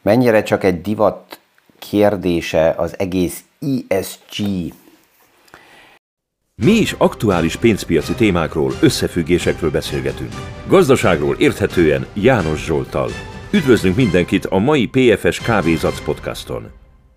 mennyire csak egy divat kérdése az egész ESG? Mi is aktuális pénzpiaci témákról, összefüggésekről beszélgetünk. Gazdaságról érthetően János Zsolttal. Üdvözlünk mindenkit a mai PFS Kávézac podcaston.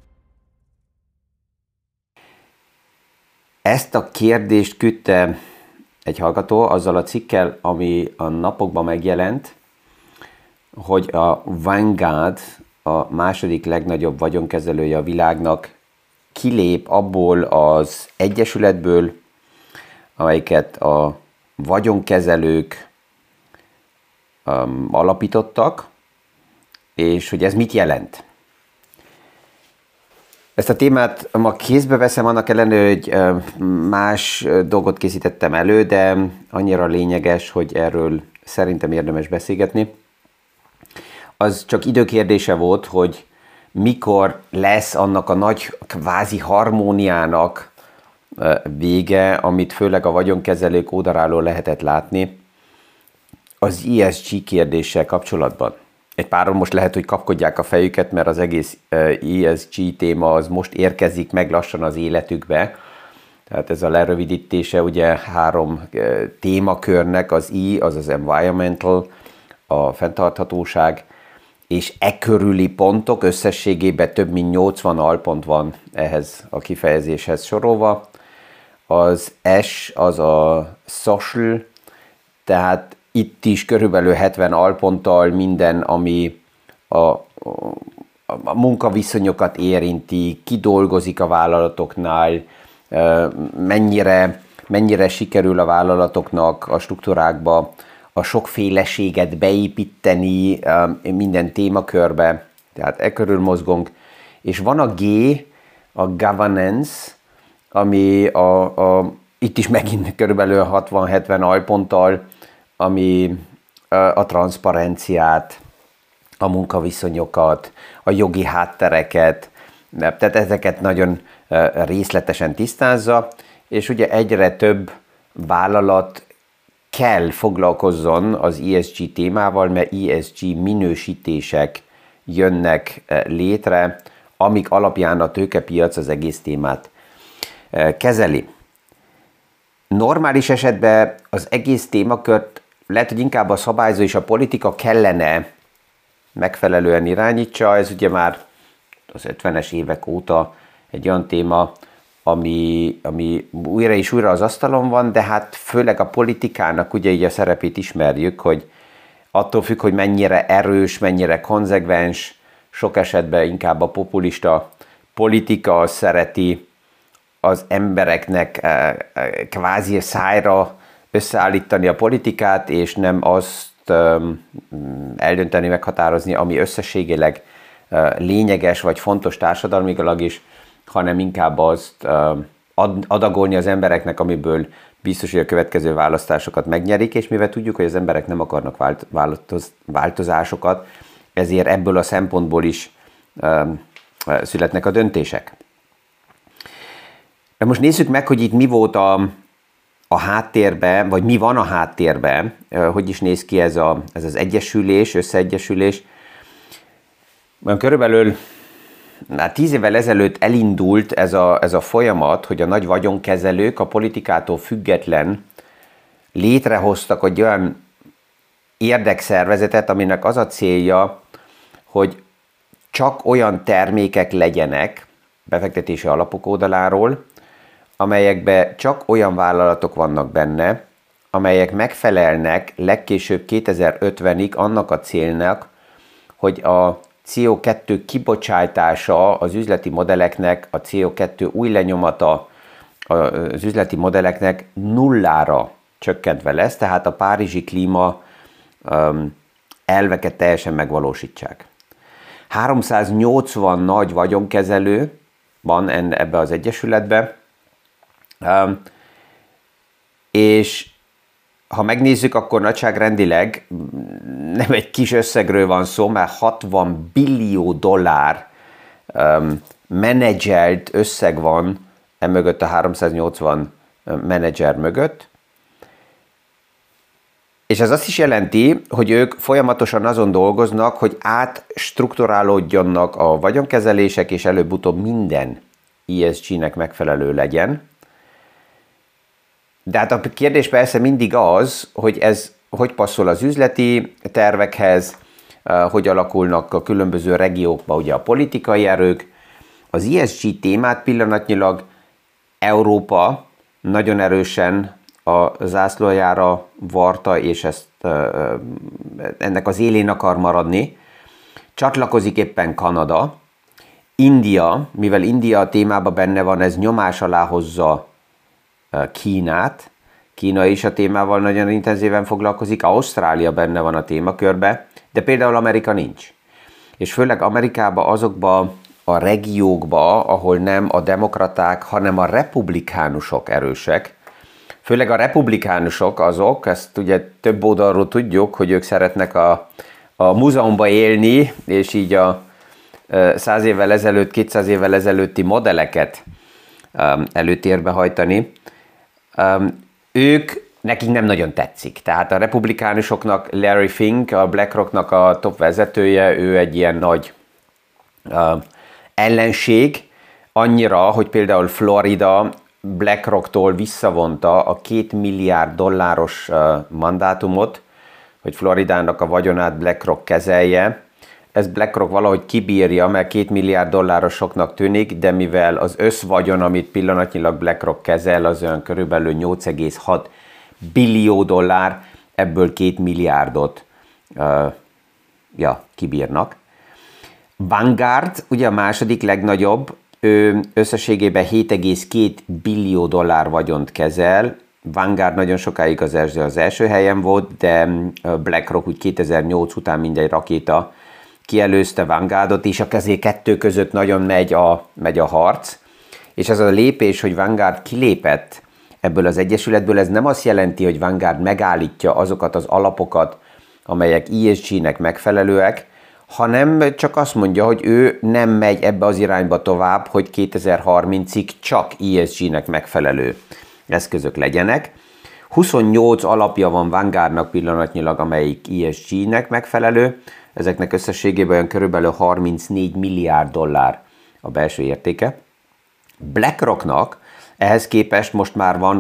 Ezt a kérdést küldte egy hallgató azzal a cikkel, ami a napokban megjelent, hogy a Vanguard, a második legnagyobb vagyonkezelője a világnak, kilép abból az egyesületből, amelyiket a vagyonkezelők alapítottak, és hogy ez mit jelent. Ezt a témát ma kézbe veszem, annak ellenére, hogy más dolgot készítettem elő, de annyira lényeges, hogy erről szerintem érdemes beszélgetni. Az csak időkérdése volt, hogy mikor lesz annak a nagy kvázi harmóniának vége, amit főleg a vagyonkezelők oldaláról lehetett látni az ESG kérdéssel kapcsolatban. Egy páron most lehet, hogy kapkodják a fejüket, mert az egész ESG téma az most érkezik meg lassan az életükbe. Tehát ez a lerövidítése ugye 3 témakörnek, az E, az az environmental, a fenntarthatóság, és körüli pontok, összességében több mint 80 alpont van ehhez a kifejezéshez sorolva. Az S az a social, tehát itt is körülbelül 70 alponttal minden, ami a munkaviszonyokat érinti, ki dolgozik a vállalatoknál, mennyire sikerül a vállalatoknak a struktúrákba a sokféleséget beépíteni minden témakörbe, tehát körül mozgunk. És van a G, a governance, ami itt is megint körülbelül 60-70 alponttal, ami a transzparenciát, a munkaviszonyokat, a jogi háttereket, tehát ezeket nagyon részletesen tisztázza, és ugye egyre több vállalat kell foglalkozzon az ESG témával, mert ESG minősítések jönnek létre, amik alapján a tőkepiac az egész témát kezeli. Normális esetben az egész témakört lehet, hogy inkább a szabályzó és a politika kellene megfelelően irányítsa. Ez ugye már az 50-es évek óta egy olyan téma, ami újra és újra az asztalon van, de hát főleg a politikának ugye így a szerepét ismerjük, hogy attól függ, hogy mennyire erős, mennyire konzekvens, sok esetben inkább a populista politika szereti az embereknek kvázi szájra összeállítani a politikát, és nem azt eldönteni, meghatározni, ami összességileg lényeges vagy fontos társadalmilag is, hanem inkább azt adagolni az embereknek, amiből biztos, hogy a következő választásokat megnyerik, és mivel tudjuk, hogy az emberek nem akarnak változásokat, ezért ebből a szempontból is születnek a döntések. De most nézzük meg, hogy itt mi volt a háttérben, vagy mi van a háttérben, hogy is néz ki ez az egyesülés, összeegyesülés. Körülbelül 10 évvel ezelőtt elindult ez a folyamat, hogy a nagy vagyonkezelők a politikától független létrehoztak egy olyan érdekszervezetet, aminek az a célja, hogy csak olyan termékek legyenek befektetési alapok oldaláról, amelyekben csak olyan vállalatok vannak benne, amelyek megfelelnek legkésőbb 2050-ig annak a célnak, hogy a CO2 kibocsátása az üzleti modelleknek, a CO2 új lenyomata az üzleti modelleknek nullára csökkentve lesz, tehát a párizsi klíma elveket teljesen megvalósítsák. 380 nagy vagyonkezelő van ebbe az egyesületbe, és ha megnézzük, akkor nagyságrendileg nem egy kis összegről van szó, mert 60 billió dollár menedzselt összeg van emögött a 380 menedzser mögött, És ez azt is jelenti, hogy ők folyamatosan azon dolgoznak, hogy átstrukturálódjanak a vagyonkezelések, és előbb-utóbb minden ESG-nek megfelelő legyen. De hát a kérdés persze mindig az, hogy ez hogy passzol az üzleti tervekhez, hogy alakulnak a különböző regiókban ugye a politikai erők. Az ESG témát pillanatnyilag Európa nagyon erősen a zászlójára varta, és ennek az élén akar maradni. Csatlakozik éppen Kanada. India, mivel India a témában benne van, ez nyomás alá hozza Kínát. Kína is a témával nagyon intenzíven foglalkozik, Ausztrália benne van a témakörbe, de például Amerika nincs. És főleg Amerikában azokban a regiókban, ahol nem a demokraták, hanem a republikánusok erősek, főleg a republikánusok azok, ezt ugye több oldalról tudjuk, hogy ők szeretnek a múzeumban élni, és így a 100 évvel ezelőtt, 200 évvel ezelőtti modelleket előtérbe hajtani. Nekik nem nagyon tetszik. Tehát a republikánusoknak Larry Fink, a BlackRocknak a top vezetője, ő egy ilyen nagy ellenség, annyira, hogy például Florida BlackRocktól visszavonta a $2 milliárd mandátumot, hogy Floridának a vagyonát BlackRock kezelje. Ez BlackRock valahogy kibírja, mert $2 milliárd soknak tűnik, de mivel az összvagyon, amit pillanatnyilag BlackRock kezel, az olyan körülbelül $8,6 billió, ebből 2 milliárdot kibírnak. Vanguard, ugye a második legnagyobb, ő összességében $7,2 billió vagyont kezel. Vanguard nagyon sokáig az első helyen volt, de BlackRock úgy 2008 után mindegy rakéta kielőzte Vanguardot, és a kettő között nagyon megy a harc. És az a lépés, hogy Vanguard kilépett ebből az egyesületből, ez nem azt jelenti, hogy Vanguard megállítja azokat az alapokat, amelyek ESG-nek megfelelőek, hanem csak azt mondja, hogy ő nem megy ebbe az irányba tovább, hogy 2030-ig csak ESG-nek megfelelő eszközök legyenek. 28 alapja van Vanguardnak pillanatnyilag, amelyik ESG-nek megfelelő, ezeknek összességében olyan körülbelül $34 milliárd a belső értéke. BlackRocknak ehhez képest most már van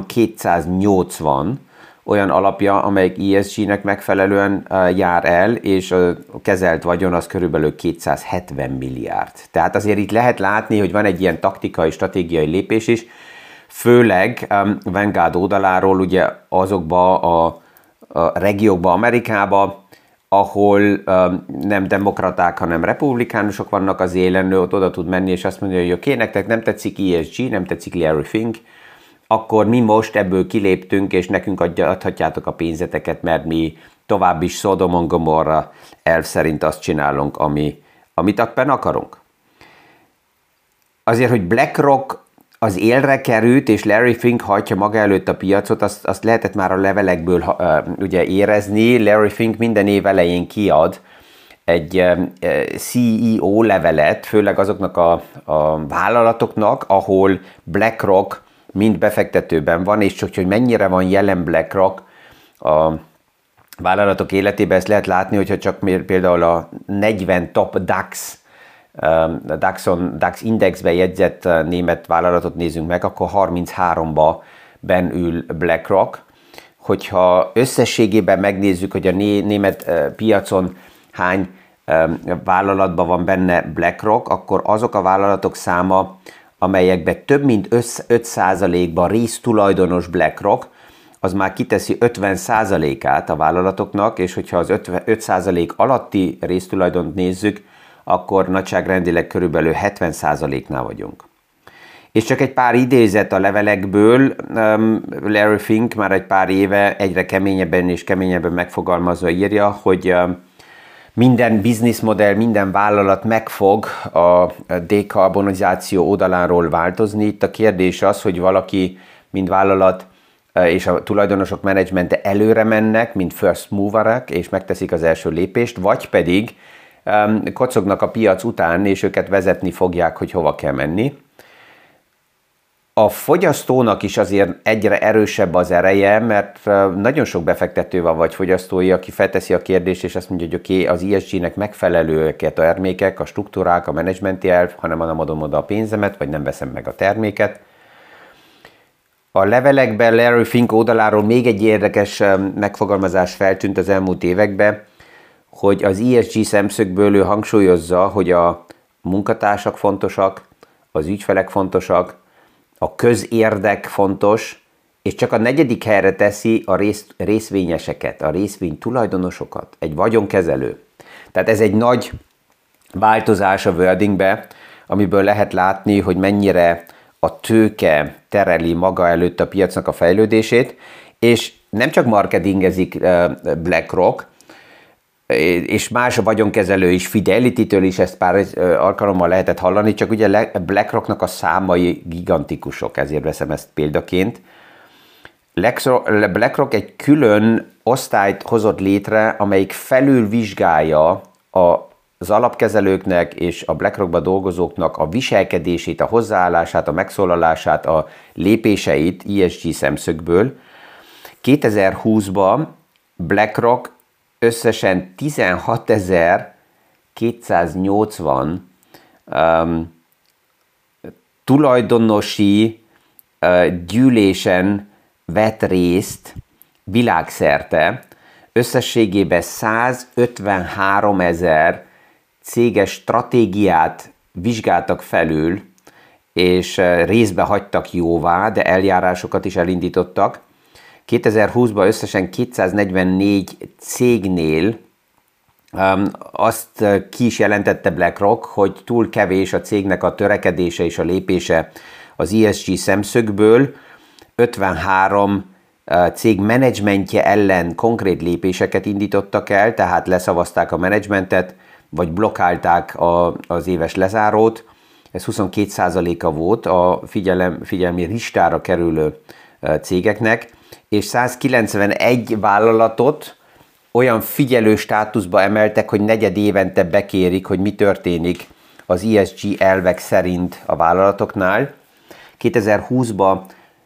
280 olyan alapja, amelyik ESG-nek megfelelően jár el, és a kezelt vagyon az körülbelül 270 milliárd. Tehát azért itt lehet látni, hogy van egy ilyen taktikai, stratégiai lépés is, főleg Vanguard oldaláról ugye azokba a regiókba, Amerikába, ahol nem demokraták, hanem republikánusok vannak az élen, ott oda tud menni, és azt mondja, hogy oké, nektek nem tetszik ESG, nem tetszik Larry Fink, akkor mi most ebből kiléptünk, és nekünk adhatjátok a pénzeteket, mert mi tovább is Sodom Gomorra elv szerint azt csinálunk, amit ebben akarunk. Azért, hogy BlackRock az élre került, és Larry Fink hajtja maga előtt a piacot, azt lehetett már a levelekből ugye érezni. Larry Fink minden év elején kiad egy CEO levelet, főleg azoknak a vállalatoknak, ahol BlackRock mind befektetőben van, és csak hogy mennyire van jelen BlackRock a vállalatok életében, ezt lehet látni, hogyha csak például a 40 top DAX indexbe jegyzett német vállalatot nézünk meg, akkor 33-ba ül BlackRock. Hogyha összességében megnézzük, hogy a német piacon hány vállalatban van benne BlackRock, akkor azok a vállalatok száma, amelyekben több mint 5%-ban résztulajdonos BlackRock, az már kiteszi 50%-át a vállalatoknak, és hogyha az 5% alatti résztulajdont nézzük, akkor nagyságrendileg körülbelül 70%-nál vagyunk. És csak egy pár idézet a levelekből, Larry Fink már egy pár éve egyre keményebben és keményebben megfogalmazva írja, hogy minden bizniszmodell, minden vállalat meg fog a dekarbonizáció oldaláról változni. Itt a kérdés az, hogy valaki, mint vállalat és a tulajdonosok menedzsmente előre mennek, mint first moverek, és megteszik az első lépést, vagy pedig kocognak a piac után, és őket vezetni fogják, hogy hova kell menni. A fogyasztónak is azért egyre erősebb az ereje, mert nagyon sok befektető van, vagy fogyasztói, aki felteszi a kérdést, és azt mondja, hogy oké, az ESG-nek megfelelőek a termékek, a struktúrák, a menedzsmenti elv, hanem nem adom oda a pénzemet, vagy nem veszem meg a terméket. A levelekben Larry Fink oldaláról még egy érdekes megfogalmazás feltűnt az elmúlt években, hogy az ESG szemszögből ő hangsúlyozza, hogy a munkatársak fontosak, az ügyfelek fontosak, a közérdek fontos, és csak a 4. helyre teszi a részvényeseket, a részvény tulajdonosokat, egy vagyonkezelő. Tehát ez egy nagy változás a wordingbe, amiből lehet látni, hogy mennyire a tőke tereli maga előtt a piacnak a fejlődését, és nem csak marketingezik BlackRock, és más a vagyonkezelő is, Fidelity-től is ezt pár alkalommal lehetett hallani, csak ugye BlackRocknak a számai gigantikusok, ezért veszem ezt példaként. BlackRock egy külön osztályt hozott létre, amelyik felülvizsgálja az alapkezelőknek és a BlackRockba dolgozóknak a viselkedését, a hozzáállását, a megszólalását, a lépéseit ESG szemszögből. 2020-ban BlackRock összesen 16.280 tulajdonosi gyűlésen vett részt világszerte, összességében 153.000 céges stratégiát vizsgáltak felül, és részbe hagytak jóvá, de eljárásokat is elindítottak. 2020-ban összesen 244 cégnél azt ki is jelentette BlackRock, hogy túl kevés a cégnek a törekedése és a lépése az ESG szemszögből. 53 cég menedzsmentje ellen konkrét lépéseket indítottak el, tehát leszavazták a menedzsmentet, vagy blokkálták az éves lezárót. Ez 22%-a volt a figyelmi listára kerülő cégeknek, és 191 vállalatot olyan figyelő státuszba emeltek, hogy negyed évente bekérik, hogy mi történik az ESG elvek szerint a vállalatoknál. 2020-ban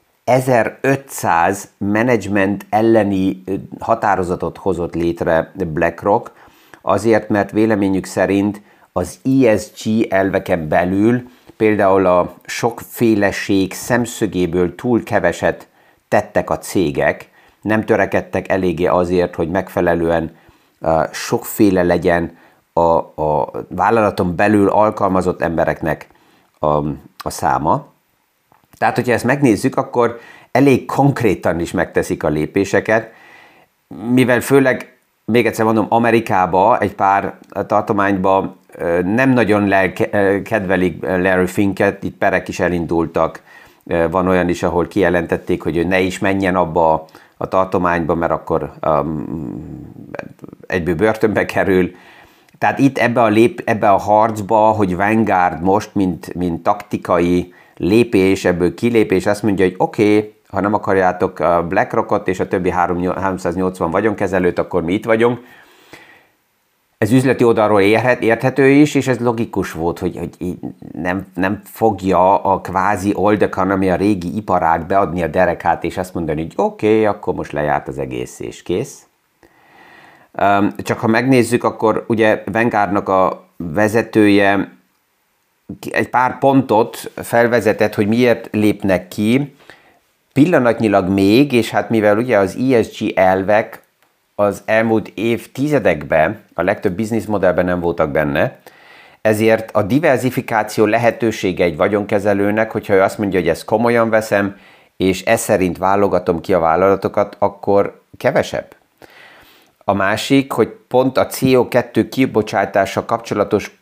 1500 menedzsment elleni határozatot hozott létre BlackRock, azért, mert véleményük szerint az ESG elveken belül például a sokféleség szemszögéből túl keveset tettek a cégek, nem törekedtek eléggé azért, hogy megfelelően sokféle legyen a vállalaton belül alkalmazott embereknek a száma. Tehát, hogyha ezt megnézzük, akkor elég konkrétan is megteszik a lépéseket, mivel főleg, még egyszer mondom, Amerikában egy pár tartományban nem nagyon kedvelik Larry Finket, itt perek is elindultak, van olyan is, ahol kijelentették, hogy ő ne is menjen abba a tartományba, mert akkor egyből börtönbe kerül. Tehát itt ebbe a harcba, hogy Vanguard most, mint taktikai lépés, ebből kilépés, azt mondja, hogy oké, ha nem akarjátok a BlackRockot és a többi 380 vagyonkezelőt, akkor mi itt vagyunk. Ez üzleti oldalról érthető is, és ez logikus volt, hogy nem fogja a kvázi old economy, a régi iparág beadni a derekát, és azt mondani, hogy oké, akkor most lejárt az egész, és kész. Csak ha megnézzük, akkor ugye Vanguardnak a vezetője egy pár pontot felvezetett, hogy miért lépnek ki. Pillanatnyilag még, és hát mivel ugye az ESG elvek az elmúlt évtizedekben a legtöbb bizniszmodellben nem voltak benne, ezért a diversifikáció lehetősége egy vagyonkezelőnek, hogyha ő azt mondja, hogy ezt komolyan veszem, és ez szerint válogatom ki a vállalatokat, akkor kevesebb. A másik, hogy pont a CO2 kibocsátással kapcsolatos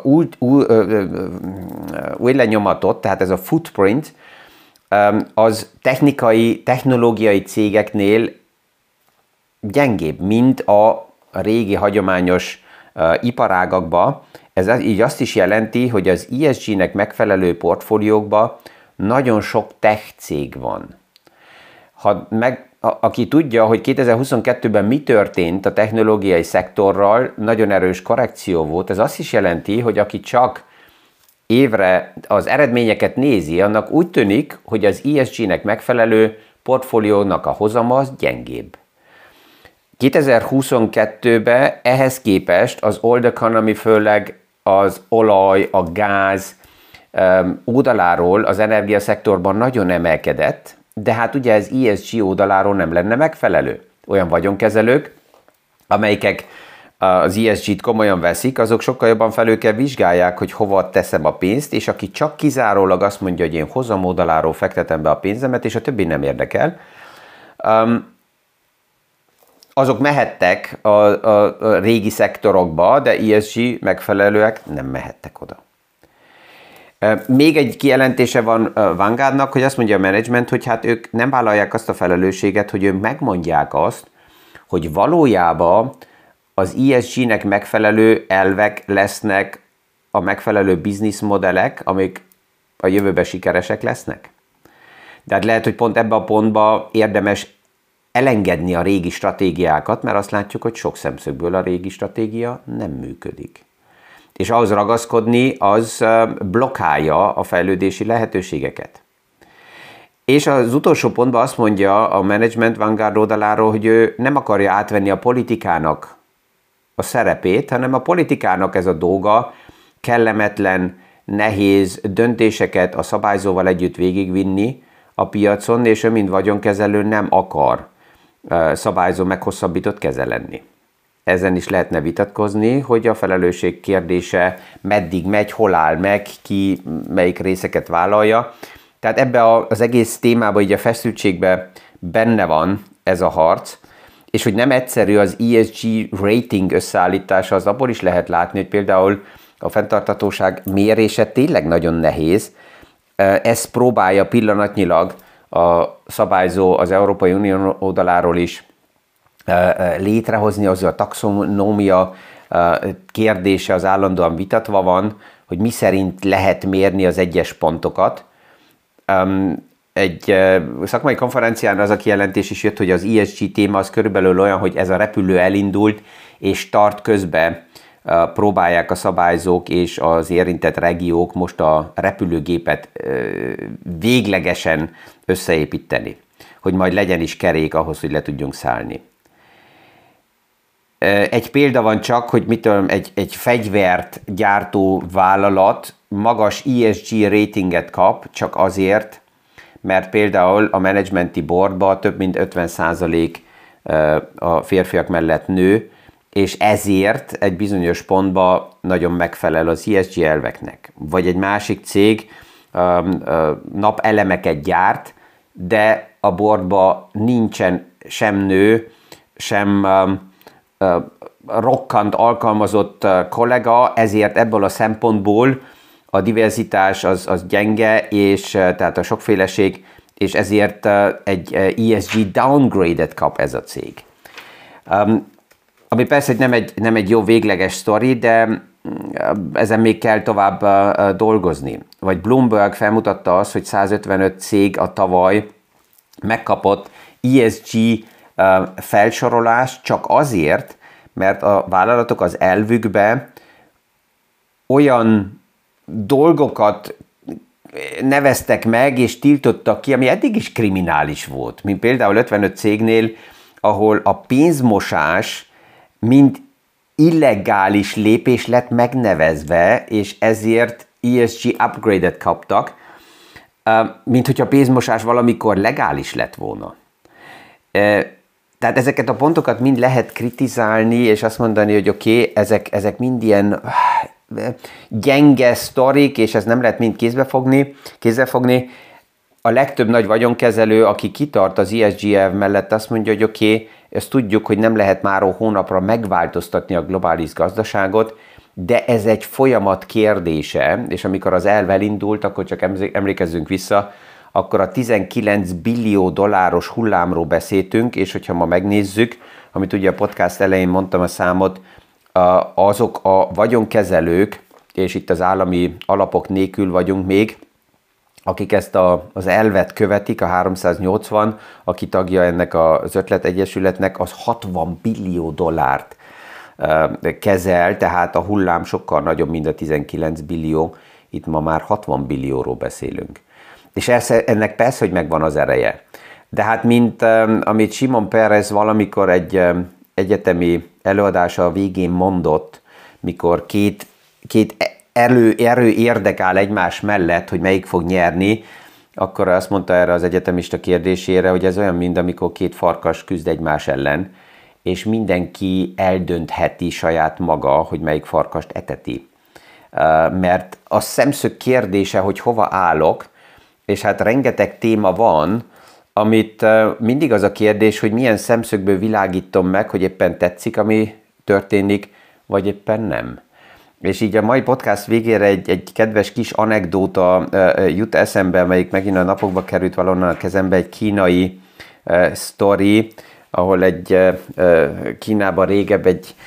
új lenyomatot, tehát ez a footprint, az technológiai cégeknél gyengébb, mint a régi hagyományos iparágakban. Ez így azt is jelenti, hogy az ESG-nek megfelelő portfóliókban nagyon sok tech cég van. Aki tudja, hogy 2022-ben mi történt a technológiai szektorral, nagyon erős korrekció volt, ez azt is jelenti, hogy aki csak évre az eredményeket nézi, annak úgy tűnik, hogy az ESG-nek megfelelő portfóliónak a hozama az gyengébb. 2022-ben ehhez képest az old economy, főleg az olaj, a gáz oldaláról az energiaszektorban nagyon emelkedett, de hát ugye az ESG oldaláról nem lenne megfelelő. Olyan vagyonkezelők, amelyek az ESG-t komolyan veszik, azok sokkal jobban felül kell vizsgálják, hogy hova teszem a pénzt, és aki csak kizárólag azt mondja, hogy én hozam oldaláról fektetem be a pénzemet, és a többi nem érdekel, azok mehettek a régi szektorokba, de ESG megfelelőek nem mehettek oda. Még egy kijelentése van Vanguardnak, hogy azt mondja a menedzsment, hogy hát ők nem vállalják azt a felelősséget, hogy ők megmondják azt, hogy valójában az ESG-nek megfelelő elvek lesznek a megfelelő bizniszmodellek, amik a jövőben sikeresek lesznek. De hát lehet, hogy pont ebben a pontban érdemes elengedni a régi stratégiákat, mert azt látjuk, hogy sok szemszögből a régi stratégia nem működik. És ahhoz ragaszkodni, az blokkálja a fejlődési lehetőségeket. És az utolsó pontban azt mondja a Management Vanguard oldaláról, hogy ő nem akarja átvenni a politikának a szerepét, hanem a politikának ez a dolga kellemetlen, nehéz döntéseket a szabályzóval együtt végigvinni a piacon, és ő mint vagyonkezelő nem akar szabályzó meghosszabbított keze lenni. Ezen is lehetne vitatkozni, hogy a felelősség kérdése meddig megy, hol áll meg, ki melyik részeket vállalja. Tehát ebbe az egész témában, így a feszültségben benne van ez a harc, és hogy nem egyszerű az ESG rating összeállítása, az abból is lehet látni, hogy például a fenntarthatóság mérése tényleg nagyon nehéz. Ezt próbálja pillanatnyilag a szabályzó az Európai Unió oldaláról is létrehozni, az a taxonómia kérdése az állandóan vitatva van, hogy mi szerint lehet mérni az egyes pontokat. Egy szakmai konferencián az a kijelentés is jött, hogy az ESG téma az körülbelül olyan, hogy ez a repülő elindult, és tart közben próbálják a szabályzók és az érintett regiók most a repülőgépet véglegesen összeépíteni, hogy majd legyen is kerék ahhoz, hogy le tudjunk szállni. Egy példa van csak, hogy egy fegyvert gyártó vállalat magas ESG ratinget kap csak azért, mert például a menedzsmenti boardban több mint 50% a férfiak mellett nő, és ezért egy bizonyos pontban nagyon megfelel az ESG elveknek. Vagy egy másik cég napelemeket gyárt, de a boardban nincsen sem nő, sem rokkant alkalmazott kollega, ezért ebből a szempontból a diverzitás az gyenge, és tehát a sokféleség, és ezért egy ESG downgrade-et kap ez a cég. Ami persze nem egy jó végleges sztori, de ezen még kell tovább dolgozni. Vagy Bloomberg felmutatta azt, hogy 155 cég a tavaly megkapott ESG felsorolást csak azért, mert a vállalatok az elvükbe olyan dolgokat neveztek meg és tiltottak ki, ami eddig is kriminális volt. Mint például 55 cégnél, ahol a pénzmosás mint illegális lépés lett megnevezve, és ezért ESG upgrade-et kaptak, mint hogyha a pénzmosás valamikor legális lett volna. Tehát ezeket a pontokat mind lehet kritizálni, és azt mondani, hogy oké, ezek mind ilyen gyenge sztorik, és ez nem lehet mind kézbe fogni. A legtöbb nagy vagyonkezelő, aki kitart az ESG elv mellett, azt mondja, hogy oké, ezt tudjuk, hogy nem lehet máról hónapra megváltoztatni a globális gazdaságot, de ez egy folyamat kérdése, és amikor az elv elindult, akkor csak emlékezzünk vissza, akkor a 19 billió dolláros hullámról beszéltünk, és hogyha ma megnézzük, amit ugye a podcast elején mondtam a számot, azok a vagyonkezelők, és itt az állami alapok nélkül vagyunk még, akik ezt az elvet követik, a 380, aki tagja ennek az ötletegyesületnek, az 60 billió dollárt kezel, tehát a hullám sokkal nagyobb, mint a 19 billió, Itt ma már 60 billióról beszélünk. És ennek persze, hogy megvan az ereje. De hát, mint amit Simon Peres valamikor egy egyetemi előadása a végén mondott, mikor két erő érdekál egymás mellett, hogy melyik fog nyerni, akkor azt mondta erre az egyetemista kérdésére, hogy ez olyan, mint amikor két farkas küzd egymás ellen, és mindenki eldöntheti saját maga, hogy melyik farkast eteti. Mert a szemszög kérdése, hogy hova állok, és hát rengeteg téma van, amit mindig az a kérdés, hogy milyen szemszögből világítom meg, hogy éppen tetszik, ami történik, vagy éppen nem. És így a mai podcast végére egy kedves kis anekdóta jut eszembe, amelyik megint a napokba került valahonnan a kezembe, egy kínai sztori, ahol egy Kínában régebb egy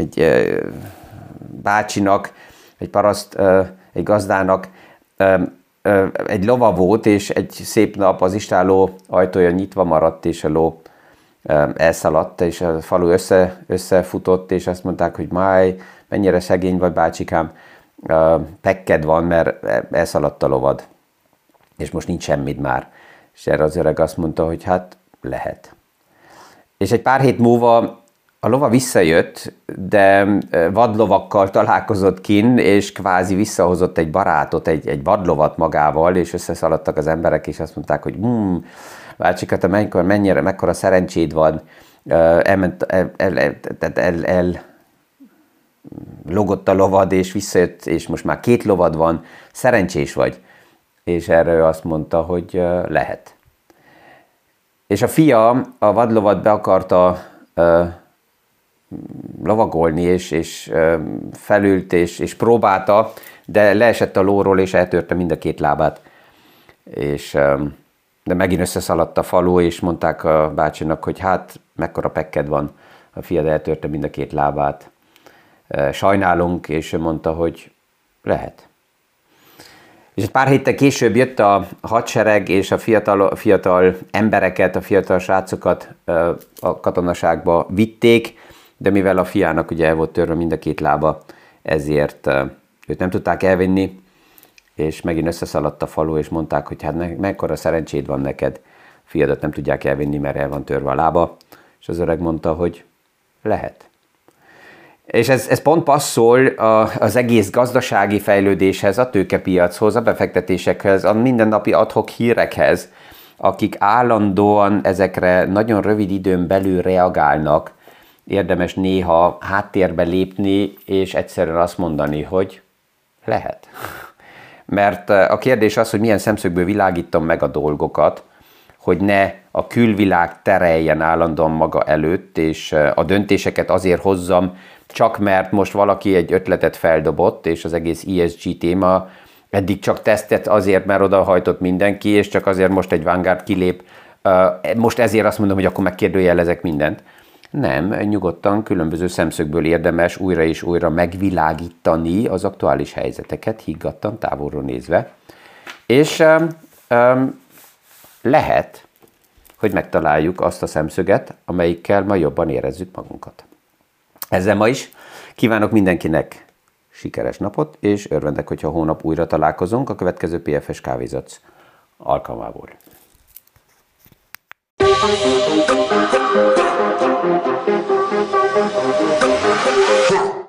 bácsinak, egy paraszt, egy gazdának egy lova volt, és egy szép nap az istálló ajtója nyitva maradt, és a ló elszaladt, és a falu összefutott, és azt mondták, hogy máj, mennyire szegény vagy, bácsikám, pekked van, mert elszaladt a lovad, és most nincs semmit már. És erre az öreg azt mondta, hogy hát lehet. És egy pár hét múlva a lova visszajött, de vadlovakkal találkozott kinn, és kvázi visszahozott egy barátot, egy vadlovat magával, és összeszaladtak az emberek, és azt mondták, hogy bácsika, te mekkora szerencséd van, logott a lovad, és visszajött, és most már 2 lovad van, szerencsés vagy. És erre ő azt mondta, hogy lehet. És a fia a vadlovat be akarta lovagolni, és felült, és próbálta, de leesett a lóról, és eltörte mind a 2 lábát. De megint összeszaladt a falu, és mondták a bácsinak, hogy hát mekkora pekked van, a fiad eltörte mind a 2 lábát. Sajnálunk, és ő mondta, hogy lehet. És egy pár héttel később jött a hadsereg, és a fiatal embereket, a fiatal srácokat a katonaságba vitték, de mivel a fiának ugye el volt törve mind a 2 lába, ezért őt nem tudták elvinni, és megint összeszaladt a falu, és mondták, hogy hát mekkora szerencséd van neked, fiadat nem tudják elvinni, mert el van törve a lába, és az öreg mondta, hogy lehet. És ez pont passzol az egész gazdasági fejlődéshez, a tőkepiachoz, a befektetésekhez, a mindennapi ad-hoc hírekhez, akik állandóan ezekre nagyon rövid időn belül reagálnak. Érdemes néha háttérbe lépni, és egyszerűen azt mondani, hogy lehet. Mert a kérdés az, hogy milyen szemszögből világítom meg a dolgokat, hogy ne a külvilág tereljen állandóan maga előtt, és a döntéseket azért hozzam, csak mert most valaki egy ötletet feldobott, és az egész ESG téma eddig csak tesztet azért, mert odahajtott mindenki, és csak azért most egy Vanguard kilép. Most ezért azt mondom, hogy akkor megkérdőjelezek mindent. Nem, nyugodtan különböző szemszögből érdemes újra és újra megvilágítani az aktuális helyzeteket, higgadtan, távolról nézve. És lehet, hogy megtaláljuk azt a szemszöget, amelyikkel ma jobban érezzük magunkat. Ezzel ma is kívánok mindenkinek sikeres napot, és örvendek, hogyha hónap újra találkozunk a következő PFS Kávézac alkalmából. Ha!